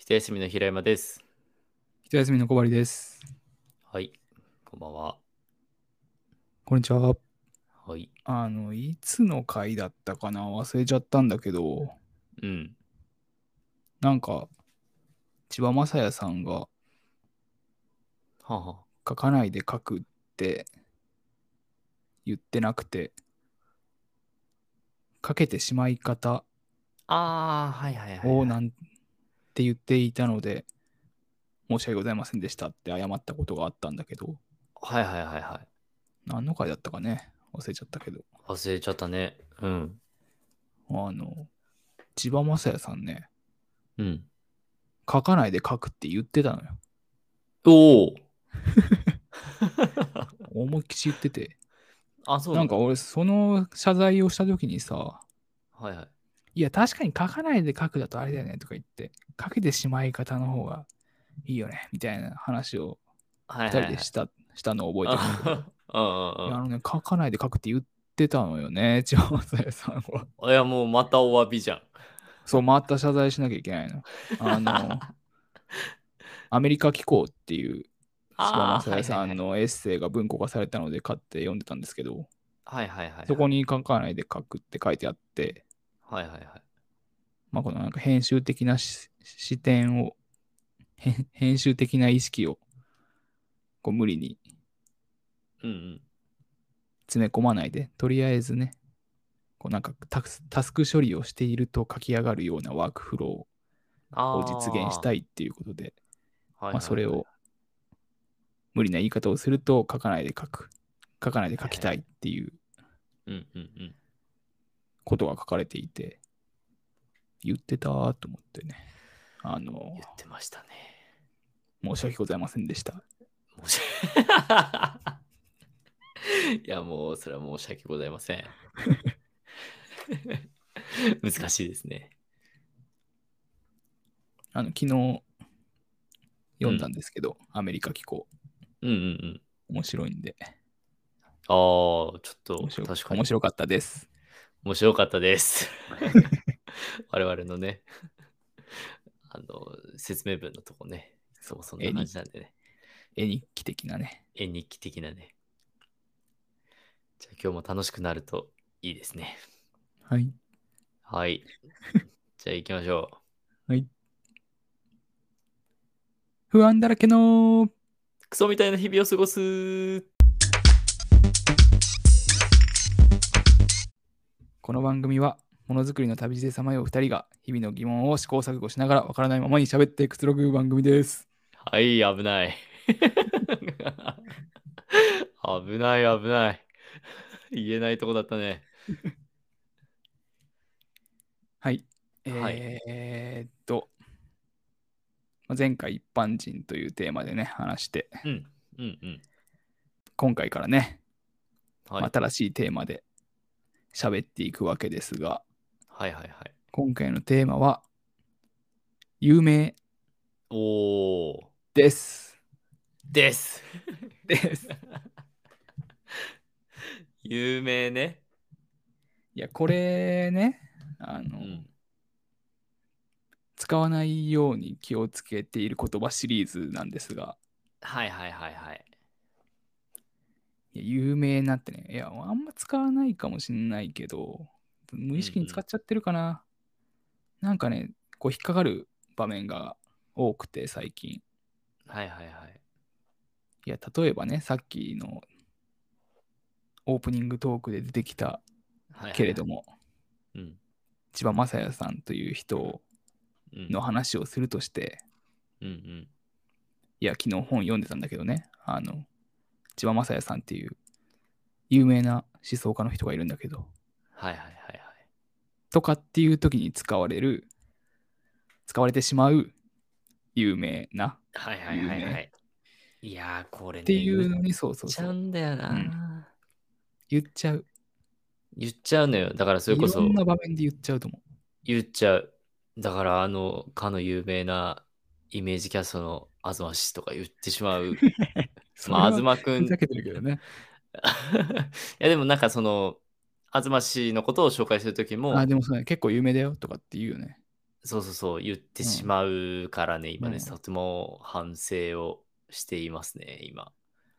一休みの平山です。 一休みの小針です。 はい、こんばんは。 こんにちは。 はい。 いつの回だったかな忘れちゃったんだけど、 うん。 なんか、千葉雅也さんがはあは書かないで書くって言ってなくて、書けてしまい方あ。ああ、はいはいはいはい。 をなんて言っていたので、申し訳ございませんでしたって謝ったことがあったんだけど、 はいはいはいはい。 何の回だったかね忘れちゃったけど、 忘れちゃったね。うん。 あの、千葉雅也さんね、 うん。 書かないで書くって言ってたのよ。 おお。 思いっきし言ってて、 あ、そうなんだ。 なんか俺、その謝罪をした時にさ、 はいはい。 いや、確かに書かないで書くだとあれだよねとか言って、書けてしまい方の方がいいよねみたいな話をはいはいはい。 二人でしたのを覚えてるんだけど、 あいや、 あ、 書かないで書くって言ってたのよね、千葉雅也さんは。 うん。いや、もうまたお詫びじゃん。 そう、また謝罪しなきゃいけないの。あの、アメリカ機構っていう千葉ああ、 雅也はいはいはい。 さんのエッセイが文庫化されたので買って読んでたんですけど、 はいはいはいそこはい。 に書かないで書くって書いてあって、 はいはいはい。 まあ、このなんか編集的な視点を、編集的な意識をこう無理にうんうん。 詰め込まないで、とりあえずね、こうなんかタスク処理をしていると書き上がるようなワークフローを実現したあいっていうことで、 あ、はいまあ、 はいはいはい。 それを無理な言い方をすると書かないで書く。書かないで書きたいっはいはいはい。 ていううんうんうん。 ことが書かれていて、言ってたと思ってね。 言ってましたね。 申し訳ございませんでした。 申しいや、もう、それは申し訳ございません。難しいですね。 昨日読んだうん。 んですけど、アメリカ機構。 うんうんうん。 面白いんで、 ああ、ちょっと、 面白確かに。 面白かったです。 面白かったです。我々のね、説明文のとこね、いつそう、 もそんな感じなんでね。 絵日記的なね。 絵日記的なね。じゃあ今日も楽しくなるといいですね。 はい。 はい。じゃあ行きましょう。 はい。不安だらけのクソみたいな日々を過ごす。 この番組は、ものづくりの旅路でさまよう二人が、日々の疑問を試行錯誤しながら、わからないままに喋ってくつろぐ番組です。 はい、危ない。危ない危ない。言えないとこだったね。 はい。 はい。 前回一般人というテーマでね、話して、 うん。うんうん。 今回からね、 はい。 新しいテーマで喋っていくわけですが、 はいはいはい。 今回のテーマは、有名おー。 です。 です。 です。 有名ね。 いや、これね、 うん。 使わないように気をつけている言葉シリーズなんですが、 はいはいはいはい。 いや有名なってね、いや、あんま使わないかもしんないけど、無意識に使うんうん。 っちゃってるかな。なんかね、こう引っかかる場面が多くて最近。 はいはいはい。 いや、例えばね、さっきのオープニングトークで出てきたはいはいはい。 けれども、 うん。 千葉雅也さんという人うん。 の話をするとして、 うんうん。 いや、昨日本読んでたんだけどね、千葉雅也さんっていう有名な思想家の人がいるんだけど、 はいはいはいはい。 とかっていう時に使われてしまう有名な、 はいはい有名っはいはい。いやー、これてね、言っいうのに、そうそうちゃそうんだよう、うん、 な。 言っちゃう。 言っちゃうのよ。だからそれいろんこそ、 な場面で言っちゃうと思う。 言っちゃう。だからかの有名なイメージキャストの東氏とか言ってしまう。まあ、 それは東くん。 ふざけてるけどね。 いや、でもなんか東氏のことを紹介するときあ、 も、 でもそうね、結構有名だよとかって言うよね。 そうそうそう、言ってうん。 しまうからね、今ね、 うん。 とても反省をしていますね、今。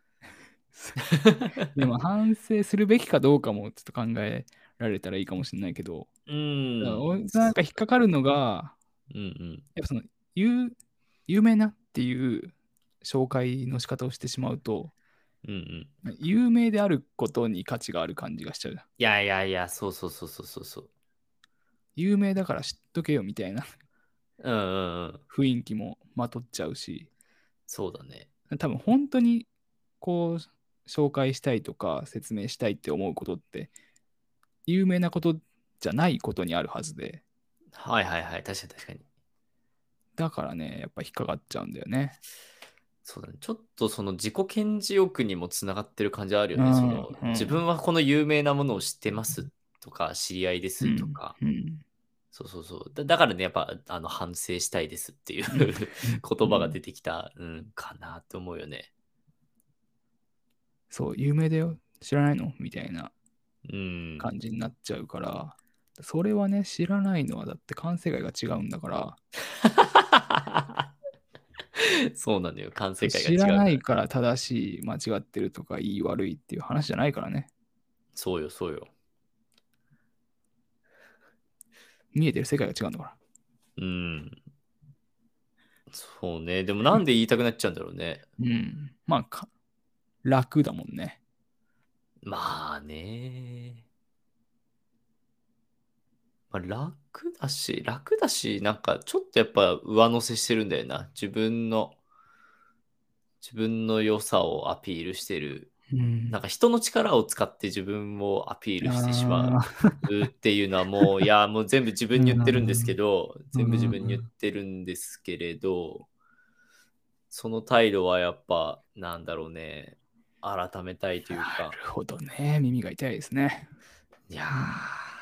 でも反省するべきかどうかもちょっと考えられたらいいかもしれないけど、 うーん、 俺がなんか引っそうだね。 かかるのが、 うんうん。 やっぱその有、有名なっていう紹介の仕方をしてしまうと、 うんうん。 有名であることに価値がある感じがしちゃう。 いやいやいや、そうそうそうそうそうそう。 有名だから知っとけよみたいなうんうんうん。 雰囲気もまとっちゃうし、 そうだね。 多分本当にこう紹介したいとか説明したいって思うことって有名なことじゃないことにあるはずで、 はいはいはい。確かに確かに。 だからね、やっぱ引っかかっちゃうんだよね。 そうだね。ちょっとその自己顕示欲にもつながってる感じはあるよね。そうん、 のうん、 自分はこの有名なものを知ってますとか、知り合いでうん、 すとか。 うん、 そうそうそう。だからね、やっぱ反省したいですっていううん、 言葉がうん。 出てきた、うん、かなって思うよね。 そう、有名だよ。知らないのみたいなうん。 感じになっちゃうから、それはね、知らないのはだって感性外が違うんだから、 そうなのよ。感そう性界が知らない違うからね。 から正しい、間違ってるとか、いい悪いっていう話じゃないからね。 そうよ、そうよ。 見えてる世界が違うんだから。 うん。そうね。でもなんで言いたくなっちゃうんだろうね。 うん。まあ、楽だもんね。 まあね。まあ、楽だし、なんかちょっとやっぱ上乗せしてるんだよな。自分の良さをアピールしてる。 うん。 なんか人の力を使って自分をアピールしてしまああ、 うっていうのはもう、いや、もう全部自分うに言ってるんですけん。 ど、 う全部自分に言っん。 てるんですけれど、その態度はやっぱ、なんだろうね、改めたいというなか、 るほどね。耳が痛いですね。 いやー、 うん。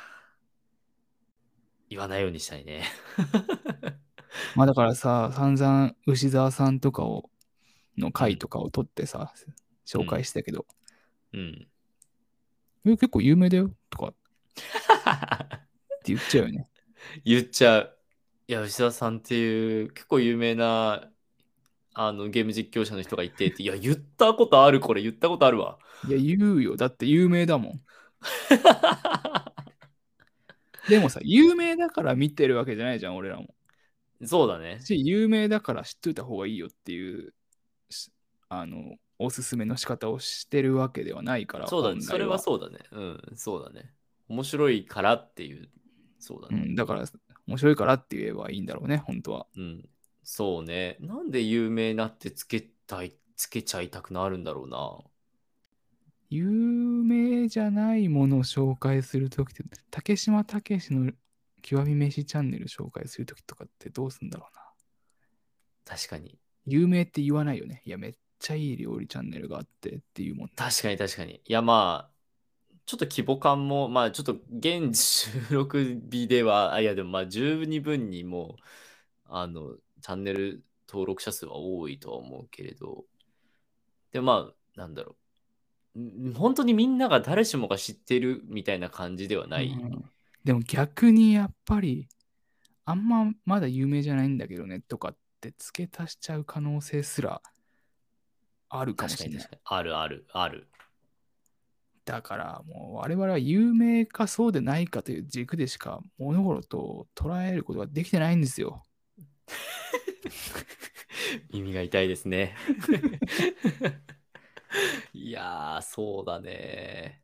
言わないようにしたいね。 まあだからさ、散々牛沢さんとかのうん、 回とかを取ってさ、紹介うん、 したけど、 うん。 結構有名だよとかって言っちゃうよね。 言っちゃう。いや、吉田さんっていう結構有名なゲーム実況者の人がいてって、いや、言ったことある、これ言ったことあるわ。 いや、言うよ。だって有名だもん。でもさ、有名だから見てるわけじゃないじゃん、俺らも。 そうだね。 有名だから知っといた方がいいよっていう、おすすめの仕方をしてるわけではないから、 そうだね。それは本来は。 そうだね。うん、そうだね。面白いからっていう、そうだね。 うん、だから、面白いからって言えばいいんだろうね、本当は。 うん。そうね。なんで有名なってつけちゃいたくなるんだろうな。 有名じゃないものを紹介するときって、竹島武史の極み飯チャンネル紹介するときとかってどうすんだろうな。 確かに。 有名って言わないよね。いや、めっちゃいい料理チャンネルがあってっていうもんね。 確かに確かに。いや、まあ、ちょっと規模感も、まあ、ちょっと現収録日では、いや、でもまあ、十二分にもう、チャンネル登録者数は多いとは思うけれど、で、まあ、なんだろ本当にみんなが誰しもが知ってるみたいな感じではない。 うん、でも逆にやっぱり、あんままだ有名じゃないんだけどねとかって付け足しちゃう可能性すらあるかもしれない。 確かに確かに。あるあるある。 だからもう我々は有名かそうでないかという軸でしか物事を捉えることができてないんですよ。 耳が痛いですね。いやー、そうだね。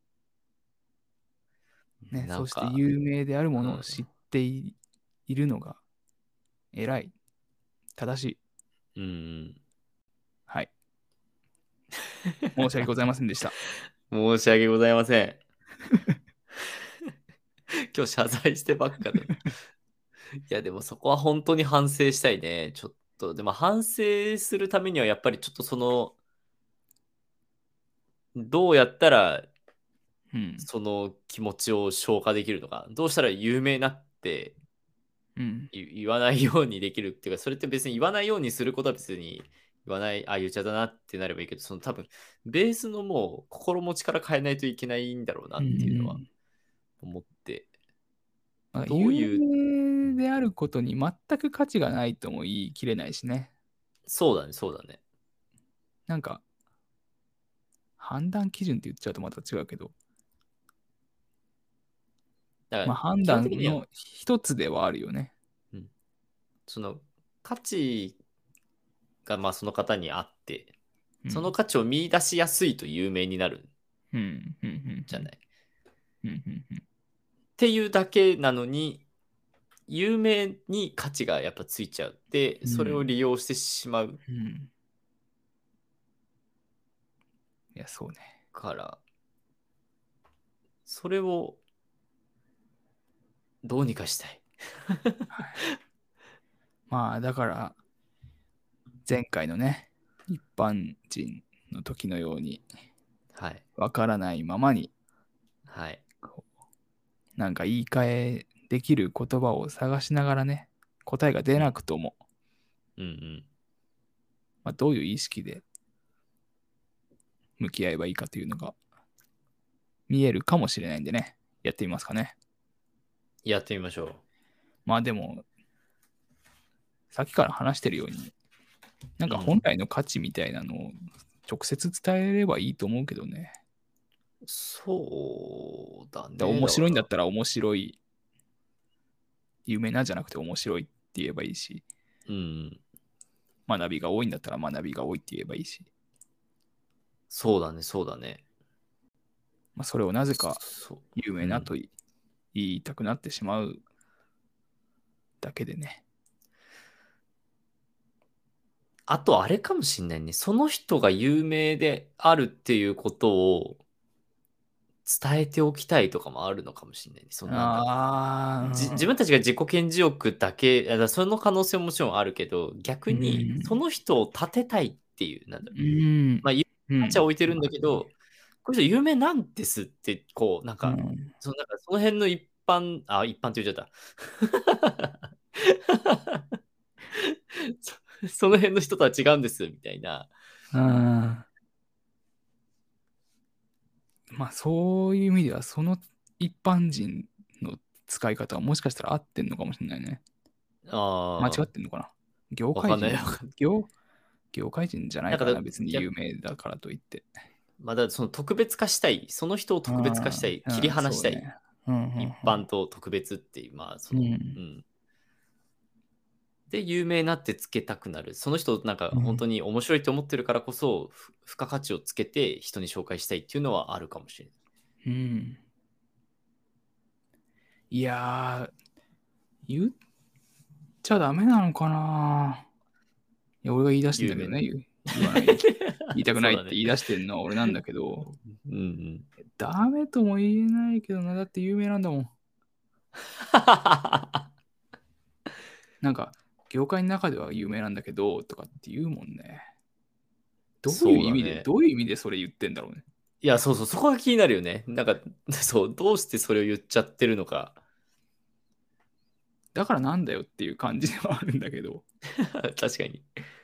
ね、そしてなんか、 有名であるもうん。 のを知っているのが偉い、正しい。 うん。 はい。申し訳ございませんでした。 申し訳ございません。今日謝罪してばっかだ。いや、でもそこは本当に反省したいね。ちょっと、でも反省するためにはやっぱりちょっとどうやったらうん。 その気持ちを消化できるのか、どうしたら有名なってうん。 言わないようにできるっていうか、それって別に言わないようにすることは別に言わない、あ、言っちゃったなってなればいいけど、その多分、ベースのもう心持ちから変えないといけないんだろうなうっていうのはん。 思って、 まあ、有どういう、う名であることに全く価値がないとも言い切れないしね。 そうだね、そうだね。 なんか、判断基準って言っちゃうとまた違うけど、 だから、 まあ判基本的には、 断の一つではあるよね。 うん、その価値がまあその方にあって、 うん。 その価値を見出しやすいと有名になるんうん。うん。うん。 じゃない。っうん。うん。うん。 ていうだけなのに、有名に価値がやっぱついちゃう。で、 うん。 それを利用してしまううん。いや、そうね。 から、それをどうにかしたい。 はい。まあ、だから、前回のね、一般人の時のように、 はい。 わからないままに、 はい。 こなんか言い換えできる言葉を探しながらね、答えが出なくとも、 うんうん。 まあ、どういう意識で向き合えばいいかというのが見えるかもしれないんでね、やってみますかね。 やってみましょう。 まあでも、さっきから話してるように、なんかうん本来の価値みたいなのを直接伝えればいいと思うけどね。 そうだね。 面白いんだだから、 ったら面白い、有名なんじゃなくて面白いって言えばいいし、 うん。 学びが多いんだったら学びが多いって言えばいいし、 そうだね、そうだね。 まあ、それをなぜかそう。 有名なと言いたくなってしまうだけでね。 あと、あれかもしんないね。その人が有名であるっていうことを伝えておきたいとかもあるのかもしんないね。そのなんか、自ああ、 分たちが自己顕示欲だけ、その可能性ももちろんあるけど、逆うにそん、 の人を立てたいっていう、なんだろう。 うん、 まあ、有名価値はうん、 置いてるんだけど、この人有名なんですって、こう、なんか、 うん、 その辺の一般って言っちゃったその辺の人とは違うんです、みたいな。 うん。まあそういう意味では、その一般人の使い方はもしかしたら合ってんのかもしれないね。間違ああ、 ってんのかな。業わかんない。 界人、業界人じゃないなんかからな、別に有名だからといって。 まだその特別化したい、その人をう特別化したい、切りん、 離したい、 そうね。うん、 一般と特別っていう、 うん、うん。 うん。で、有名なってつけたくなる。その人、なんかうん、 本当に面白いと思ってるからこそ、付加価値をつけて人に紹介したいっていうのはあるかもしれない。 うん。いやー、言っちゃダメなのかな。いや、俺が言い出してん有名な。 だけどね、言わない。言いたくないってそうだね。 言い出してんのは俺なんだけど、 うんうん。 ダメとも言えないけどな、だって有名なんだもん。なんか、業界の中では有名なんだけど、とかって言うもんね。 そうだね。 どういう意味でそれ言ってんだろうね。 いや、そうそう、そこが気になるよね。なんか、そう、どうしてそれを言っちゃってるのか。 だからなんだよっていう感じではあるんだけど、 確かに。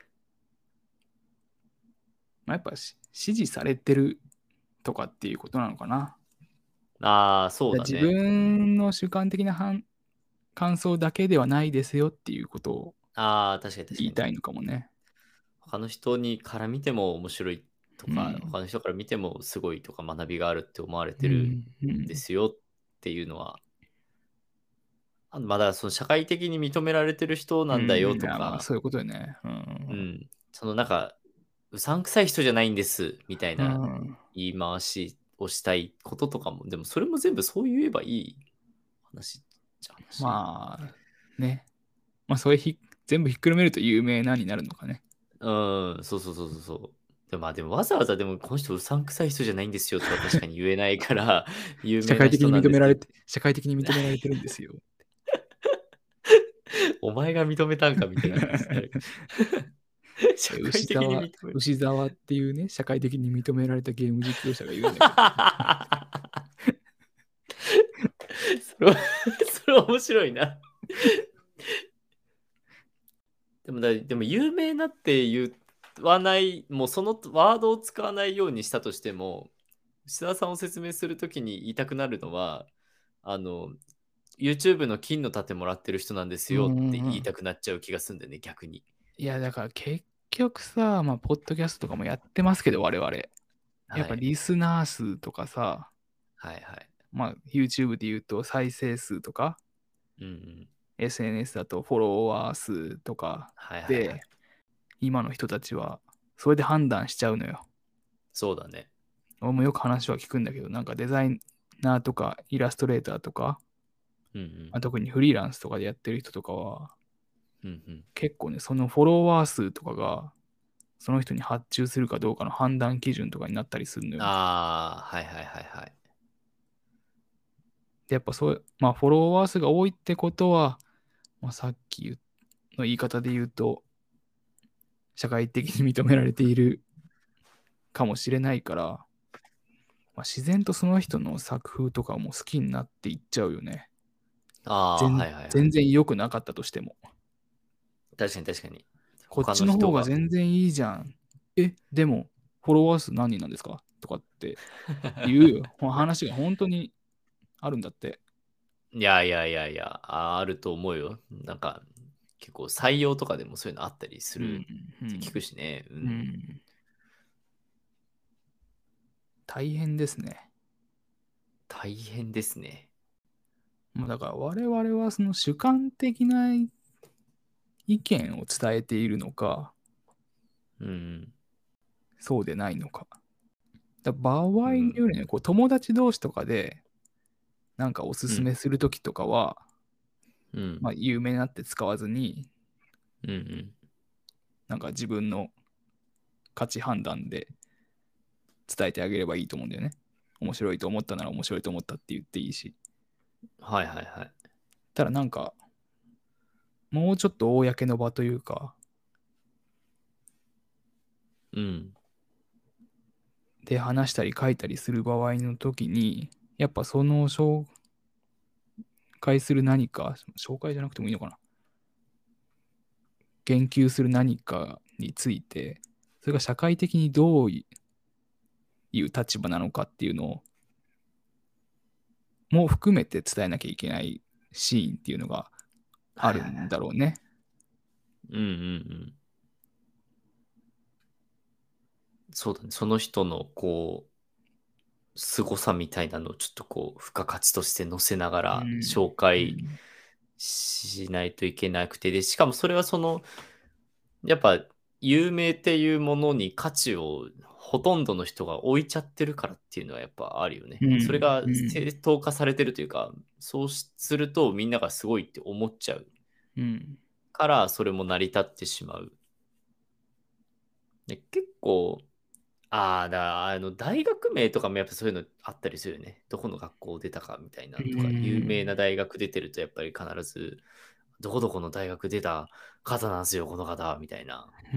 まあ、やっぱ支持されてるとかっていうことなのかな。 ああ、そうだ自ね。うん。 分の主観的な感想だけではないですよっていうことをああ、確かに確かに。 言いたいのかもね。 他の人にから見ても面白いとか、 うん。 他の人から見てもすごいとか学びがあるって思われてるうん。うんでん。 すよっていうのは、まだその社会的に認められてる人なんだよいや、まあとか、 そういうことよね。うん。 うん、そのなんか、うさんくさい人じゃないんですみたいうなん。 言い回しをしたいこととかも、でもそれも全部そう言えばいい話じゃ話。 まあ、ね。まあ、それ全部ひっくるめると有名なになるのかね。 うん、そうそうそうそうそう。でもわざわざでもこの人うさんくさい人じゃないんですよとは確かに言えないから、有名な人なんです。 社会的に認められてるんですよ。 お前が認めたんかみたいな話になる。社会的に認める。 牛沢っていうね、社会的に認められたゲーム実況者がいるんだけど。 それは面白いな。でも有名なって言わない、もうそのワードを使わないようにしたとしても、吉田さんを説明するときに言いたくなるのは、あの、 YouTube の金の盾もらってる人なんですうんよってうんうん。 言いたくなっちゃう気がするんだよね、逆に。 いや、だから結局さ、まあ、ポッドキャストとかもやってますけど、我々。やっぱはい。 リスナー数とかさ、 はいはい。 まあ、YouTube で言うと再生数とか、 うんうん。 SNS だとフォロワー数とかはいはいはい。 で、今の人たちはそれで判断しちゃうのよ。 そうだね。 俺もよく話は聞くんだけど、なんかデザイナーとかイラストレーターとか、 うんうん。 まあ、特にフリーランスとかでやってる人とかは、 うんうん。 結構ね、そのフォロワー数とかが、その人に発注するかどうかの判断基準とかになったりするのよ。 ああ、はいはいはいはい。 で、やっぱそう、まあ、フォロワー数が多いってことは、まあ、さっきの言い方で言うと、社会的に認められているかもしれないから、まあ、自然とその人の作風とかも好きになっていっちゃうよね。 ああ、はいはいはい。 全然良くなかったとしても。 確かに確かに。 こっ他ちの方がの人が。 全然いいじゃん。でも、フォロワー数何人なんですかとかっていう話が本当にあるんだって。 いやいやいやいや、あると思うよ。なんか、結構採用とかでもそういうのあったりすうん、 るうん、 って聞くしね。ううん。 ん。大変ですね。 大変ですね。 もうだから我々はその主観的な意見を伝えているのか、 うん。 そうでないのか。場合にうん。 よるね、こう友達同士とかでなんかおすうん。 すめするときとかは、 うん。 まあ、有名になって使わずに、 うん。 なんか自分の価値判断で伝えてあげればいいと思うんだよね。面白いと思ったなら面白いと思ったって言っていいし。 はいはいはい。 ただなんか、もうちょっと公の場というか、 うん。 で話したり書いたりする場合の時に、やっぱその紹介する何か、紹介じゃなくてもいいのかな。言及する何かについて、それが社会的にどういう立場なのかっていうのも含めて伝えなきゃいけないシーンっていうのがあるんはいはいはい。 だろうね。 うんうんうん。そうだね。その人の、こう、凄さみたいなのをちょっとこう、付加価値として載せながうらん。 紹介うん。 しないといけなくて、で、しかもそれはその、やっぱ有名っていうものに価値をほとんどの人が置いちゃってるからっていうのはやっぱあるよね。 うん。 それがうん。 正当化されてるというか、そうするとみんながすごいって思っちゃううん。 から、それも成り立ってしまう。で、結構、大学名とかもやっぱそういうのあったりするよね。どこの学校出たかみたいなうとか、有名なん。 大学出てるとやっぱり必ず、どこどこの大学出た方なんですよ、この方、みたいな。 うん。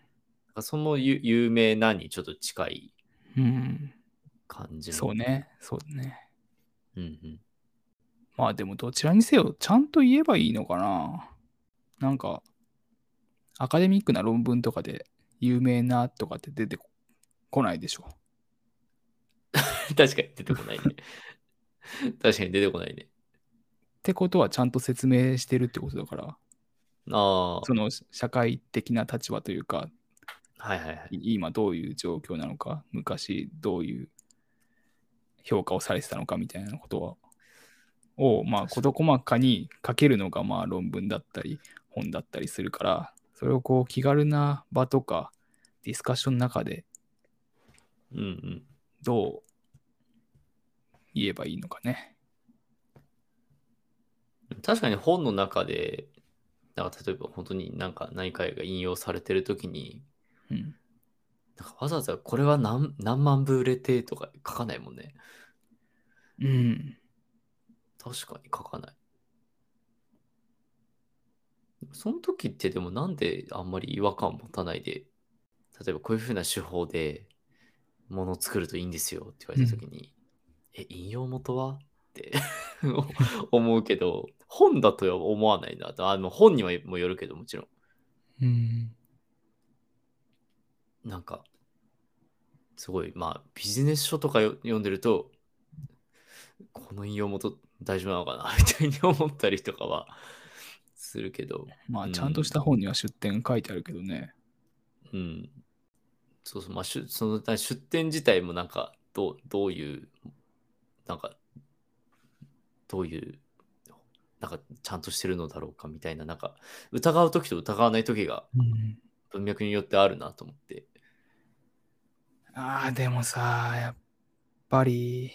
その有名なにちょっと近いうん。 感じの。 そうね。そうだね。 うんうん。 まあでもどちらにせよ、ちゃんと言えばいいのかな。なんか、アカデミックな論文とかで有名なとかって出てこないでしょ。 確かに出てこないね。確かに出てこないね。 ってことはちゃんと説明してるってことだから、 ああ、 その社会的な立場というか、 はいはいはい。 今どういう状況なのか、昔どういう評価をされてたのかみたいなことを、まあ、 確か事細かに書けるのが、まあ、論文だったり、本だったりするから、それをこう、気軽な場とか、ディスカッションの中でに。うんうん。 どう言えばいいのかね。 確かに本の中で、なんか例えば本当になんか何回が引用されてるときに、 うん。 なんかわざわざこれは何万部売れてとか書かないもんね。 うん。 確かに書かない。その時ってでもなんであんまり違和感を持たないで、例えばこういう風な手法でものを作るといいんですよって言われたうん。 時に、引用元はって思うけど、本だとは思わないなと。本にはもよるけど、もちろん。 うん。 なんか、すごい、まあ、ビジネス書とか読んでると、この引用元大丈夫なのかなみたいに思ったりとかはするけど。 まあ、ちゃんとした本には出典書いてあるけどね。 うん。そうそう、まあ、その出典自体もなんか、どういう、なんか、どういう、なんか、ちゃんとしてるのだろうかみたいな、なんか、疑うときと疑わないときがうん文脈によってあるなと思って。 ああ、でもさ、やっぱり、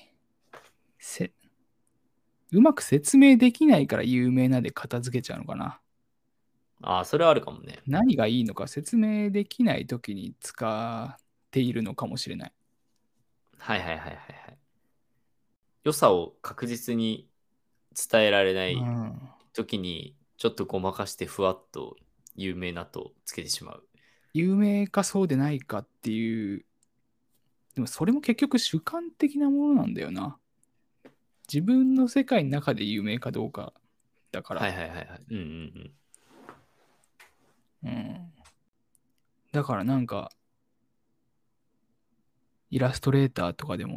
うまく説明できないから有名なで片付けちゃうのかな。 ああ、それはあるかもね。 何がいいのか説明できないときに使っているのかもしれない。 はいはいはいはいはい。良さを確実に伝えられなういん。 ときに、ちょっとごまかしてふわっと有名なとつけてしまう。 有名かそうでないかっていう、でもそれも結局主観的なものなんだよな。自分の世界の中で有名かどうかだから。 はいはいはいはい。うんうんうん。だからなんか、イラストレーターとかでも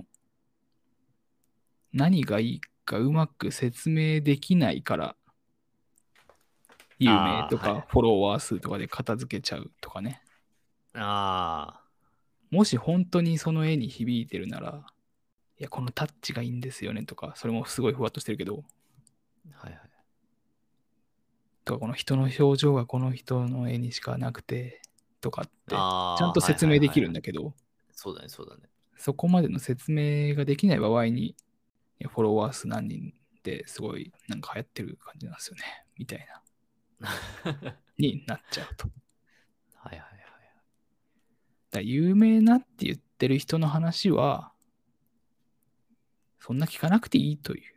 何がいいかうまく説明できないからうん。 有名ああ、 とはい。 かフォロワー数とかで片付けちゃうとかね。 あもし本当にその絵に響いてるなら、いや、このタッチがいいんですよねとか、それもすごいふわっとしてるけど、 あ、はいはい。 とかこの人の表情がこの人の絵にしかなくて、とかって、ちゃんああ、 とはい説明できはいはいはい。 るんだけど、 そうだね、そうだね。 そこまでの説明ができない場合に、いやフォロワー数何人ですごいなんか流行ってる感じなんですよね、みたいな、 はいになっちゃうと。 はいはい。 だ有名なって言ってる人の話は、そんな聞かなくていいという。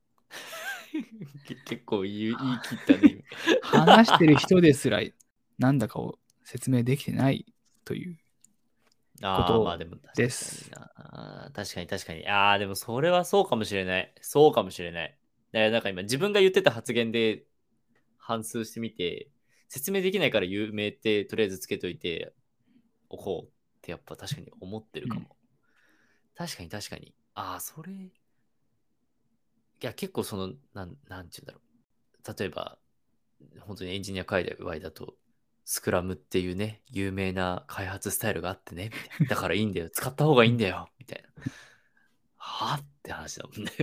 結構言い切ったね、 話してる人ですら、なんだかを説明できてないという今。ああ、まことあでも確かにです。 な。確かに確かに。ああ、でもそれはそうかもしれない。そうかもしれない。だからなんか今自分が言ってた発言で反芻してみて、説明できないから有名ってとりあえずつけといておこうってやっぱ確かに思ってるうんかも。確かに確かに。ああ、それ、いや結構その、なんちゅうんだろう。例えば、本当にエンジニア界隈だと、スクラムっていうね、有名な開発スタイルがあってね、みたいな。だからいいんだよ。使った方がいいんだよ、みたいな。はぁって話だもんね。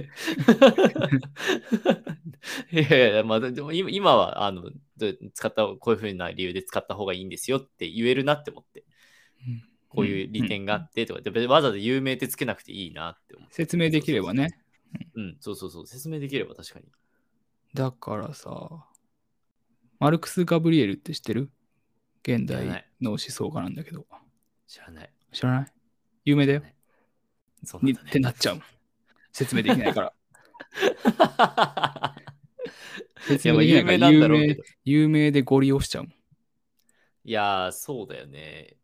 いやいや、まあ、でも今は、使った、こういうふうな理由で使った方がいいんですよって言えるなって思って。こういう利点があってとか、でわざわざ有名ってつけなくていいなって思って。 説明できればね。 うん、そうそうそう。説明できれば確かに。 だからさ、マルクス・ガブリエルって知ってる？現代知らない。 の思想家なんだけど。 知らない。 知らない？有名だよ。 知らない。そうなんにっだね。 てなっちゃう。説明できないから。 いや、まあ、 説明できないから有名なんだろうけど。 有名でゴリ押しちゃう。 いやー、そうだよね。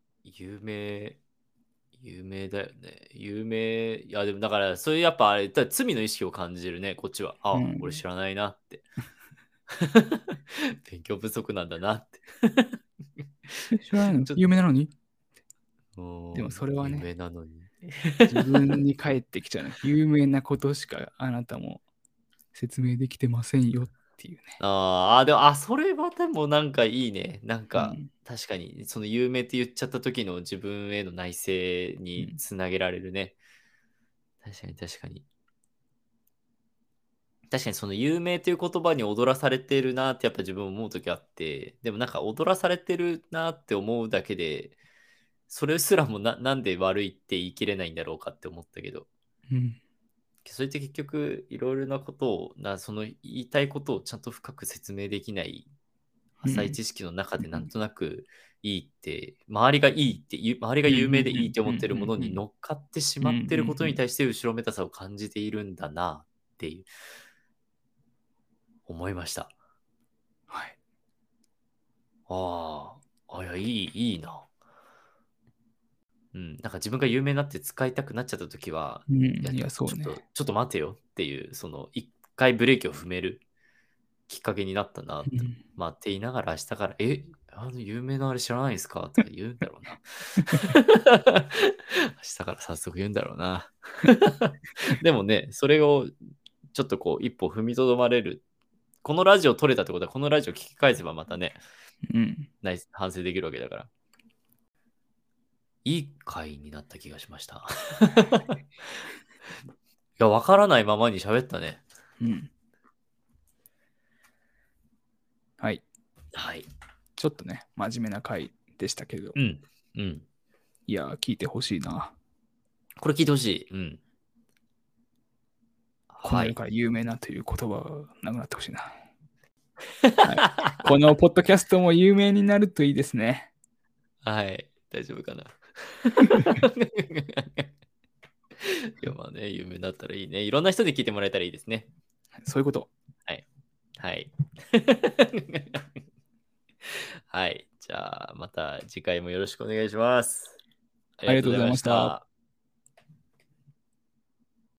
有名だよね。有名、いや、でもだから、そういうやっぱあれ、罪の意識を感じるね、こっちは。あ、俺うん。 知らないなって。勉強不足なんだなって。 知らないの？ ちょっ有名なのに？ と、 でもそれは有ね、 名なのに。 自分に返ってきちゃうね。有名なことしかあなたも説明できてませんよっていうね。 でも、それはでもなんかいいね。なんか、 うん。 確かに、その有名って言っちゃった時の自分への内省にうん。 つなげられるね。確かに確かに。確かにその有名という言葉に踊らされてるなってやっぱ自分思う時あって、でもなんか踊らされてるなって思うだけで、それすらもなんで悪いって言い切れないんだろうかって思ったけど、 うん。 それって結局いろいろなことを、その言いたいことをちゃんと深く説明できない浅いうん知識の中でなんとなくいいって、周りがいいって周りが有名でいいって思ってるものに乗っかってしまってることに対して後ろめたさを感じているんだなっていう思いました。 はい。 いや、いいな。うん、なんか自分が有名になって使いたくなっちゃった時は、 うん。 いや、 いや、そうね。 ちょっと待てよっていう、その一回ブレーキを踏めるきっかけになったなって。 うん。 まあ、って言いながら明日から、有名なあれ知らないですかとか言うんだろうな。明日から早速言うんだろうな。でもね、それをちょっとこう一歩踏みとどまれる。このラジオ撮れたってことは、このラジオ聞き返せばまたね、 うん。 反省できるわけだから。いい回になった気がしました。いや、わからないままに喋ったね。 うん。はい。 はい。 ちょっとね、真面目な回でしたけど、 うん。うん。 いや、聞いてほしいな。 これ聞いてほしい。うん。 このはい。 世から有名なという言葉がなくなってほしいな。はい、このポッドキャストも有名になるといいですね。 はい。大丈夫かな。いや、まあね、有名だったらいいね。いろんな人で聞いてもらえたらいいですね。 そういうこと。 はい。はい。はい。じゃあ、また次回もよろしくお願いします。ありありがとうございがとうございまました。 した。